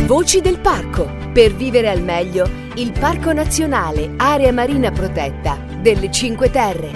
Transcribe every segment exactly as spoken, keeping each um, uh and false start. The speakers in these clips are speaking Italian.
Voci del parco. Per vivere al meglio, il Parco Nazionale Area Marina Protetta delle Cinque Terre.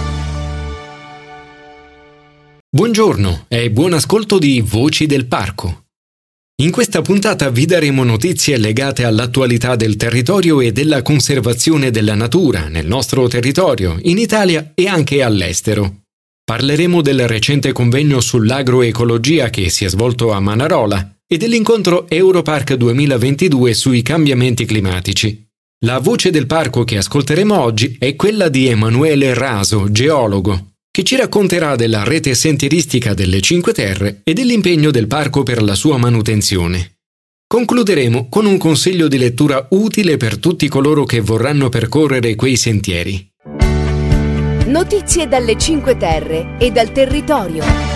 Buongiorno e buon ascolto di Voci del Parco. In questa puntata vi daremo notizie legate all'attualità del territorio e della conservazione della natura nel nostro territorio, in Italia e anche all'estero. Parleremo del recente convegno sull'agroecologia che si è svolto a Manarola e dell'incontro Europark duemilaventidue sui cambiamenti climatici. La voce del parco che ascolteremo oggi è quella di Emanuele Raso, geologo, che ci racconterà della rete sentieristica delle Cinque Terre e dell'impegno del parco per la sua manutenzione. Concluderemo con un consiglio di lettura utile per tutti coloro che vorranno percorrere quei sentieri. Notizie dalle Cinque Terre e dal territorio.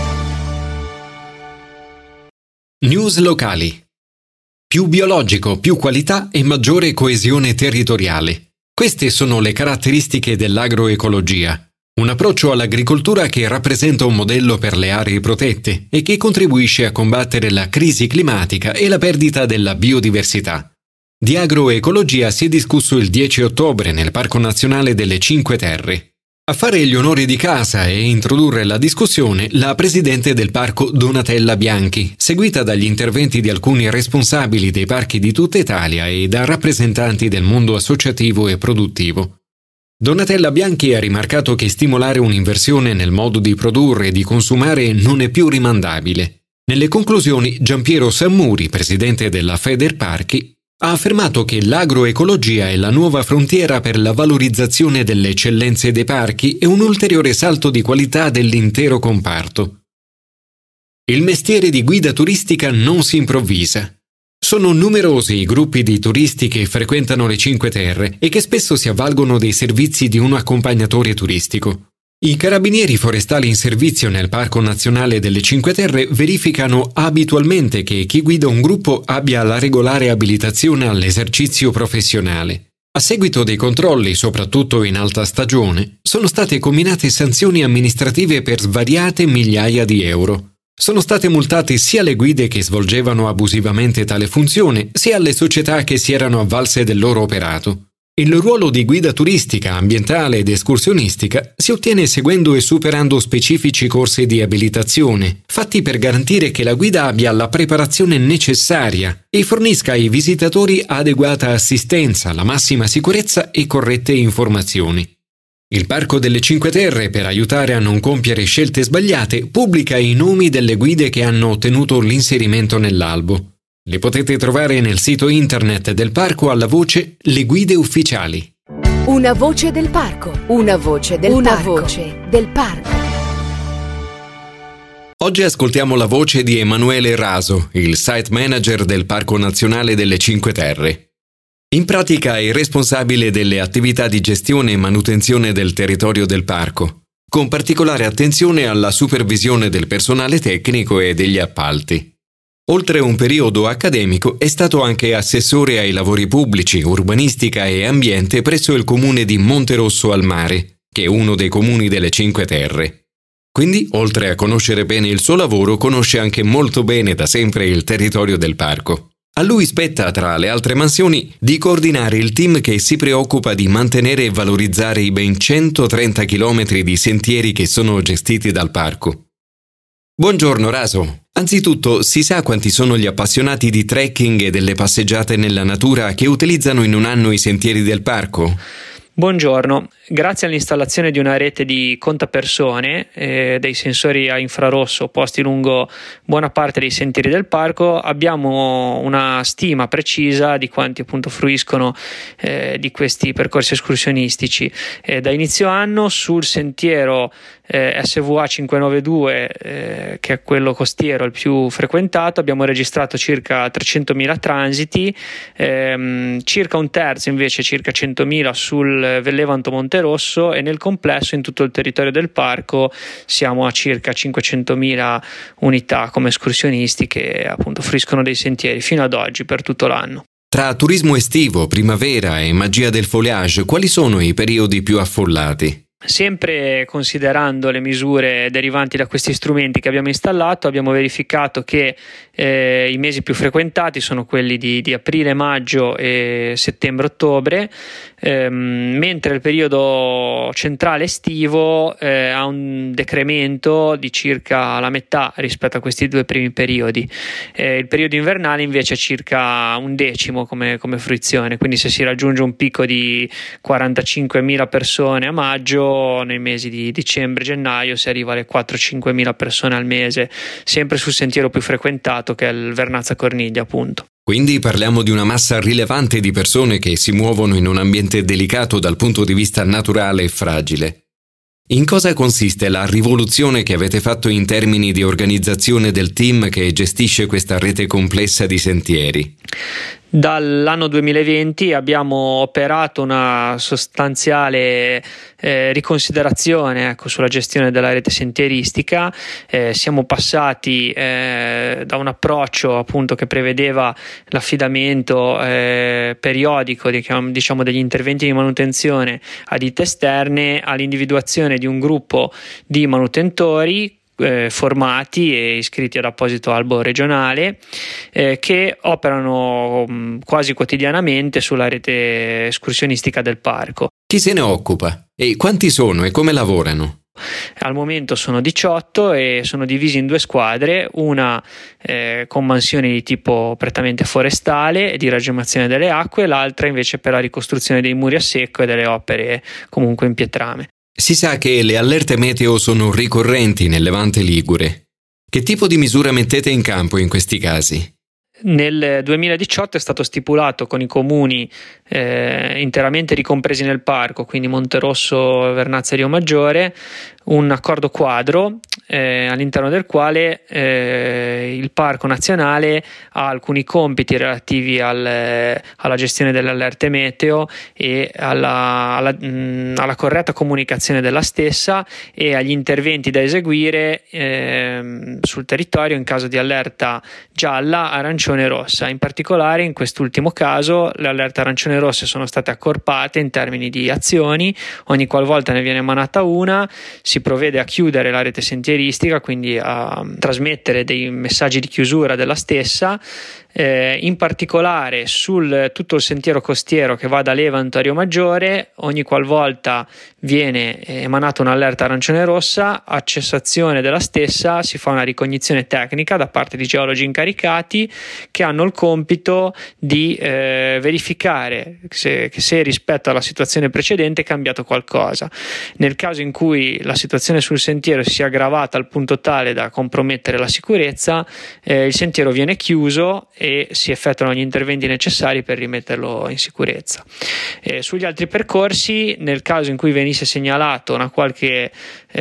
News locali. Più biologico, più qualità e maggiore coesione territoriale. Queste sono le caratteristiche dell'agroecologia. Un approccio all'agricoltura che rappresenta un modello per le aree protette e che contribuisce a combattere la crisi climatica e la perdita della biodiversità. Di agroecologia si è discusso il dieci ottobre nel Parco Nazionale delle Cinque Terre. A fare gli onori di casa e introdurre la discussione la presidente del parco Donatella Bianchi, seguita dagli interventi di alcuni responsabili dei parchi di tutta Italia e da rappresentanti del mondo associativo e produttivo. Donatella Bianchi ha rimarcato che stimolare un'inversione nel modo di produrre e di consumare non è più rimandabile. Nelle conclusioni, Giampiero Sammuri, presidente della Federparchi, ha affermato che l'agroecologia è la nuova frontiera per la valorizzazione delle eccellenze dei parchi e un ulteriore salto di qualità dell'intero comparto. Il mestiere di guida turistica non si improvvisa. Sono numerosi i gruppi di turisti che frequentano le Cinque Terre e che spesso si avvalgono dei servizi di un accompagnatore turistico. I carabinieri forestali in servizio nel Parco Nazionale delle Cinque Terre verificano abitualmente che chi guida un gruppo abbia la regolare abilitazione all'esercizio professionale. A seguito dei controlli, soprattutto in alta stagione, sono state comminate sanzioni amministrative per svariate migliaia di euro. Sono state multate sia le guide che svolgevano abusivamente tale funzione, sia le società che si erano avvalse del loro operato. Il ruolo di guida turistica, ambientale ed escursionistica si ottiene seguendo e superando specifici corsi di abilitazione, fatti per garantire che la guida abbia la preparazione necessaria e fornisca ai visitatori adeguata assistenza, la massima sicurezza e corrette informazioni. Il Parco delle Cinque Terre, per aiutare a non compiere scelte sbagliate, pubblica i nomi delle guide che hanno ottenuto l'inserimento nell'albo. Le potete trovare nel sito internet del parco alla voce Le Guide Ufficiali. Una voce del parco, una voce del una parco. Una voce del parco. Oggi ascoltiamo la voce di Emanuele Raso, il site manager del Parco Nazionale delle Cinque Terre. In pratica è responsabile delle attività di gestione e manutenzione del territorio del parco, con particolare attenzione alla supervisione del personale tecnico e degli appalti. Oltre un periodo accademico è stato anche assessore ai lavori pubblici, urbanistica e ambiente presso il comune di Monterosso al Mare, che è uno dei comuni delle Cinque Terre. Quindi, oltre a conoscere bene il suo lavoro, conosce anche molto bene da sempre il territorio del parco. A lui spetta, tra le altre mansioni, di coordinare il team che si preoccupa di mantenere e valorizzare i ben centotrenta chilometri di sentieri che sono gestiti dal parco. Buongiorno Raso. Anzitutto, si sa quanti sono gli appassionati di trekking e delle passeggiate nella natura che utilizzano in un anno i sentieri del parco? Buongiorno, grazie all'installazione di una rete di contapersone e eh, dei sensori a infrarosso posti lungo buona parte dei sentieri del parco abbiamo una stima precisa di quanti appunto fruiscono eh, di questi percorsi escursionistici. Eh, da inizio anno sul sentiero eh, S V A cinquecentonovantadue, eh, che è quello costiero il più frequentato, abbiamo registrato circa trecentomila transiti, ehm, circa un terzo invece, circa centomila sul Vellevanto Monterosso, e nel complesso in tutto il territorio del parco siamo a circa cinquecentomila unità come escursionisti che appunto fruiscono dei sentieri fino ad oggi per tutto l'anno. Tra turismo estivo, primavera e magia del foliage, quali sono i periodi più affollati? Sempre considerando le misure derivanti da questi strumenti che abbiamo installato, abbiamo verificato che eh, i mesi più frequentati sono quelli di, di aprile, maggio e settembre-ottobre, ehm, mentre il periodo centrale estivo eh, ha un decremento di circa la metà rispetto a questi due primi periodi. Eh, il periodo invernale invece è circa un decimo come, come fruizione, quindi se si raggiunge un picco di quarantacinquemila persone a maggio, nei mesi di dicembre e gennaio si arriva alle quattro-cinquemila persone al mese, sempre sul sentiero più frequentato che è il Vernazza Corniglia, appunto. Quindi parliamo di una massa rilevante di persone che si muovono in un ambiente delicato dal punto di vista naturale e fragile. In cosa consiste la rivoluzione che avete fatto in termini di organizzazione del team che gestisce questa rete complessa di sentieri? Dall'anno duemilaventi abbiamo operato una sostanziale eh, riconsiderazione ecco, sulla gestione della rete sentieristica. Eh, siamo passati eh, da un approccio appunto che prevedeva l'affidamento eh, periodico diciamo, degli interventi di manutenzione a ditte esterne all'individuazione di un gruppo di manutentori Eh, formati e iscritti ad apposito albo regionale eh, che operano mh, quasi quotidianamente sulla rete escursionistica del parco. Chi se ne occupa? E quanti sono e come lavorano? Al momento sono diciotto e sono divisi in due squadre, una eh, con mansioni di tipo prettamente forestale e di raggiamazione delle acque, l'altra invece per la ricostruzione dei muri a secco e delle opere comunque in pietrame. Si sa che le allerte meteo sono ricorrenti nel Levante Ligure. Che tipo di misura mettete in campo in questi casi? Nel duemiladiciotto è stato stipulato con i comuni eh, interamente ricompresi nel parco, quindi Monterosso, Vernazza e Rio Maggiore, un accordo quadro eh, all'interno del quale eh, il Parco Nazionale ha alcuni compiti relativi al, eh, alla gestione delle allerte meteo e alla, alla, mh, alla corretta comunicazione della stessa e agli interventi da eseguire eh, sul territorio in caso di allerta gialla, arancione e rossa. In particolare in quest'ultimo caso le allerte arancione e rosse sono state accorpate in termini di azioni, ogni qualvolta ne viene emanata una si provvede a chiudere la rete sentieristica, quindi a trasmettere dei messaggi di chiusura della stessa, eh, in particolare sul tutto il sentiero costiero che va da Levanto a Rio Maggiore. Ogni qualvolta viene emanata un'allerta arancione e rossa, a cessazione della stessa si fa una ricognizione tecnica da parte di geologi incaricati che hanno il compito di eh, verificare se, che se rispetto alla situazione precedente è cambiato qualcosa. Nel caso in cui la situazione sul sentiero si sia aggravata al punto tale da compromettere la sicurezza, eh, il sentiero viene chiuso e si effettuano gli interventi necessari per rimetterlo in sicurezza. Eh, sugli altri percorsi, nel caso in cui venisse segnalato una qualche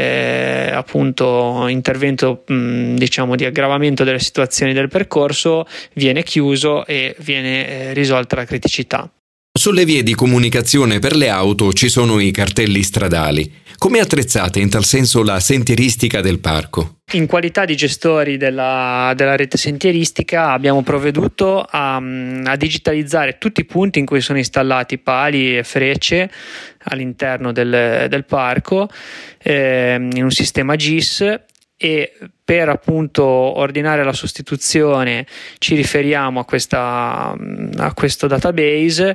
eh, appunto intervento mh, diciamo di aggravamento delle situazioni del percorso, viene chiuso e viene eh, risolta la criticità. Sulle vie di comunicazione per le auto ci sono i cartelli stradali. Come è attrezzata in tal senso la sentieristica del parco? In qualità di gestori della, della rete sentieristica abbiamo provveduto a, a digitalizzare tutti i punti in cui sono installati pali e frecce all'interno del, del parco eh, in un sistema G I S, e per appunto ordinare la sostituzione ci riferiamo a, questa, a questo database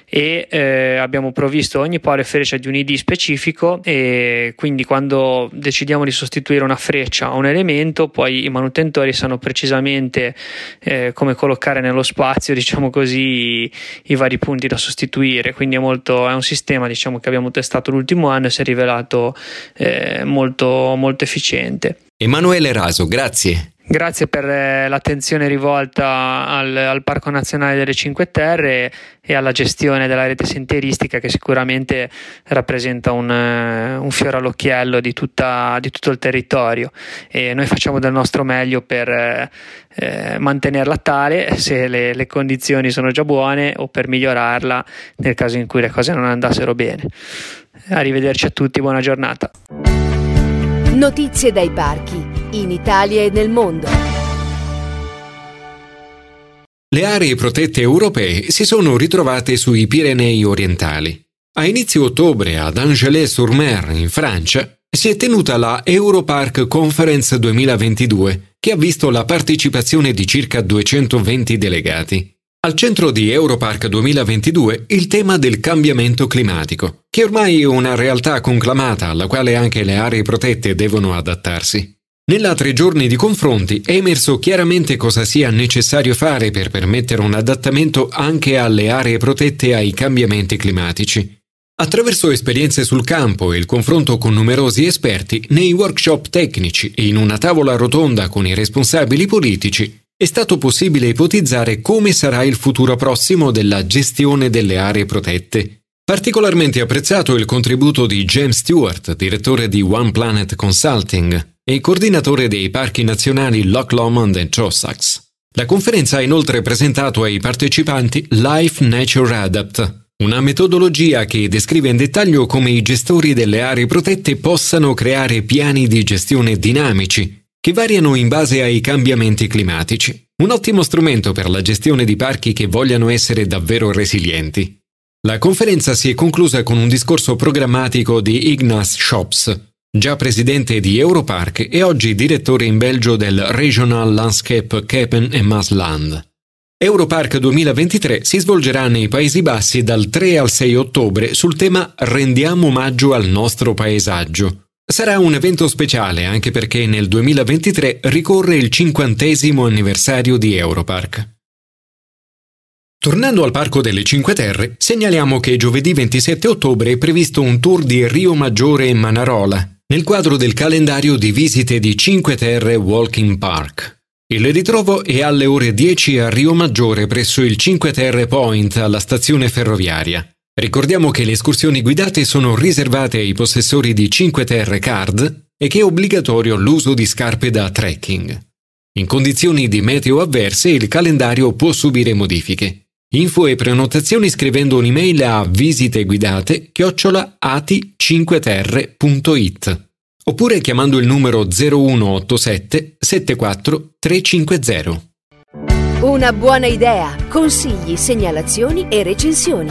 e eh, abbiamo provvisto ogni palo e freccia di un I D specifico, e quindi quando decidiamo di sostituire una freccia o un elemento, poi i manutentori sanno precisamente eh, come collocare nello spazio, diciamo così, i, i vari punti da sostituire. Quindi è, molto, è un sistema, diciamo, che abbiamo testato l'ultimo anno e si è rivelato eh, molto, molto efficiente. Emanuele Raso, grazie. Grazie per l'attenzione rivolta al, al Parco Nazionale delle Cinque Terre e alla gestione della rete sentieristica, che sicuramente rappresenta un, un fiore all'occhiello di, tutta, di tutto il territorio, e noi facciamo del nostro meglio per eh, mantenerla tale se le, le condizioni sono già buone, o per migliorarla nel caso in cui le cose non andassero bene. Arrivederci a tutti, buona giornata. Notizie dai parchi, in Italia e nel mondo. Le aree protette europee si sono ritrovate sui Pirenei orientali. A inizio ottobre ad Angers-sur-Mer, in Francia, si è tenuta la Europark Conference duemilaventidue, che ha visto la partecipazione di circa duecentoventi delegati. Al centro di Europark duemilaventidue il tema del cambiamento climatico, che ormai è una realtà conclamata alla quale anche le aree protette devono adattarsi. Nella tre giorni di confronti è emerso chiaramente cosa sia necessario fare per permettere un adattamento anche alle aree protette ai cambiamenti climatici. Attraverso esperienze sul campo e il confronto con numerosi esperti, nei workshop tecnici e in una tavola rotonda con i responsabili politici, è stato possibile ipotizzare come sarà il futuro prossimo della gestione delle aree protette. Particolarmente apprezzato il contributo di James Stewart, direttore di One Planet Consulting e coordinatore dei parchi nazionali Loch Lomond e Trossachs. La conferenza ha inoltre presentato ai partecipanti Life Nature Adapt, una metodologia che descrive in dettaglio come i gestori delle aree protette possano creare piani di gestione dinamici, che variano in base ai cambiamenti climatici. Un ottimo strumento per la gestione di parchi che vogliano essere davvero resilienti. La conferenza si è conclusa con un discorso programmatico di Ignace Schops, già presidente di Europark e oggi direttore in Belgio del Regional Landscape Keppen e Maasland. Europark duemilaventitré si svolgerà nei Paesi Bassi dal tre al sei ottobre sul tema Rendiamo omaggio al nostro paesaggio. Sarà un evento speciale anche perché nel duemilaventitré ricorre il cinquantesimo anniversario di Europark. Tornando al Parco delle Cinque Terre, segnaliamo che giovedì ventisette ottobre è previsto un tour di Rio Maggiore e Manarola, nel quadro del calendario di visite di Cinque Terre Walking Park. Il ritrovo è alle ore dieci a Rio Maggiore presso il Cinque Terre Point alla stazione ferroviaria. Ricordiamo che le escursioni guidate sono riservate ai possessori di Cinque Terre Card e che è obbligatorio l'uso di scarpe da trekking. In condizioni di meteo avverse il calendario può subire modifiche. Info e prenotazioni scrivendo un'email a visiteguidate chiocciola aticinqueterre punto it oppure chiamando il numero zero uno otto sette sette quattro tre cinque zero. Una buona idea, consigli, segnalazioni e recensioni.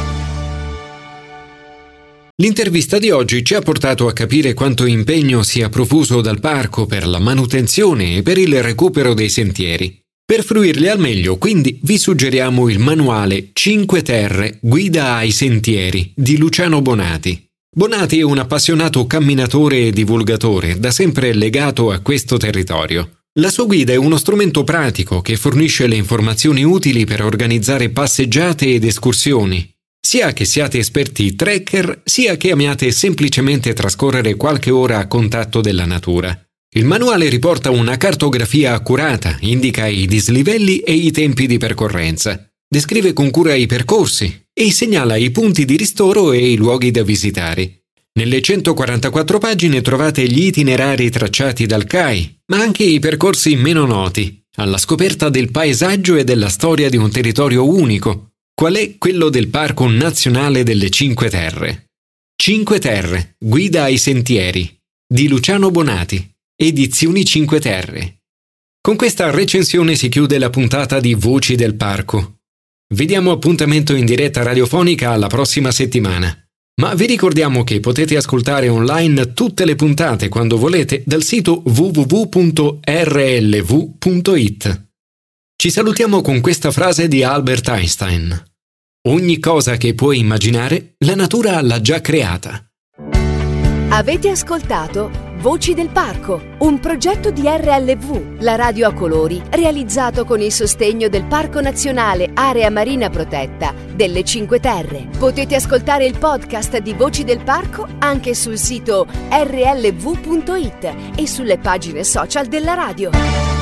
L'intervista di oggi ci ha portato a capire quanto impegno sia profuso dal parco per la manutenzione e per il recupero dei sentieri. Per fruirli al meglio, quindi, vi suggeriamo il manuale Cinque Terre, guida ai sentieri di Luciano Bonati. Bonati è un appassionato camminatore e divulgatore, da sempre legato a questo territorio. La sua guida è uno strumento pratico che fornisce le informazioni utili per organizzare passeggiate ed escursioni, sia che siate esperti trekker, sia che amiate semplicemente trascorrere qualche ora a contatto della natura. Il manuale riporta una cartografia accurata, indica i dislivelli e i tempi di percorrenza, descrive con cura i percorsi e segnala i punti di ristoro e i luoghi da visitare. Nelle centoquarantaquattro pagine trovate gli itinerari tracciati dal C A I, ma anche i percorsi meno noti, alla scoperta del paesaggio e della storia di un territorio unico, qual è quello del Parco Nazionale delle Cinque Terre. Cinque Terre, guida ai sentieri, di Luciano Bonati. Edizioni Cinque Terre. Con questa recensione si chiude la puntata di Voci del Parco. Vi diamo appuntamento in diretta radiofonica alla prossima settimana. Ma vi ricordiamo che potete ascoltare online tutte le puntate quando volete dal sito w w w punto r l v punto it. Ci salutiamo con questa frase di Albert Einstein. Ogni cosa che puoi immaginare, la natura l'ha già creata. Avete ascoltato Voci del Parco, un progetto di R L V, la radio a colori, realizzato con il sostegno del Parco Nazionale Area Marina Protetta delle Cinque Terre. Potete ascoltare il podcast di Voci del Parco anche sul sito r l v punto it e sulle pagine social della radio.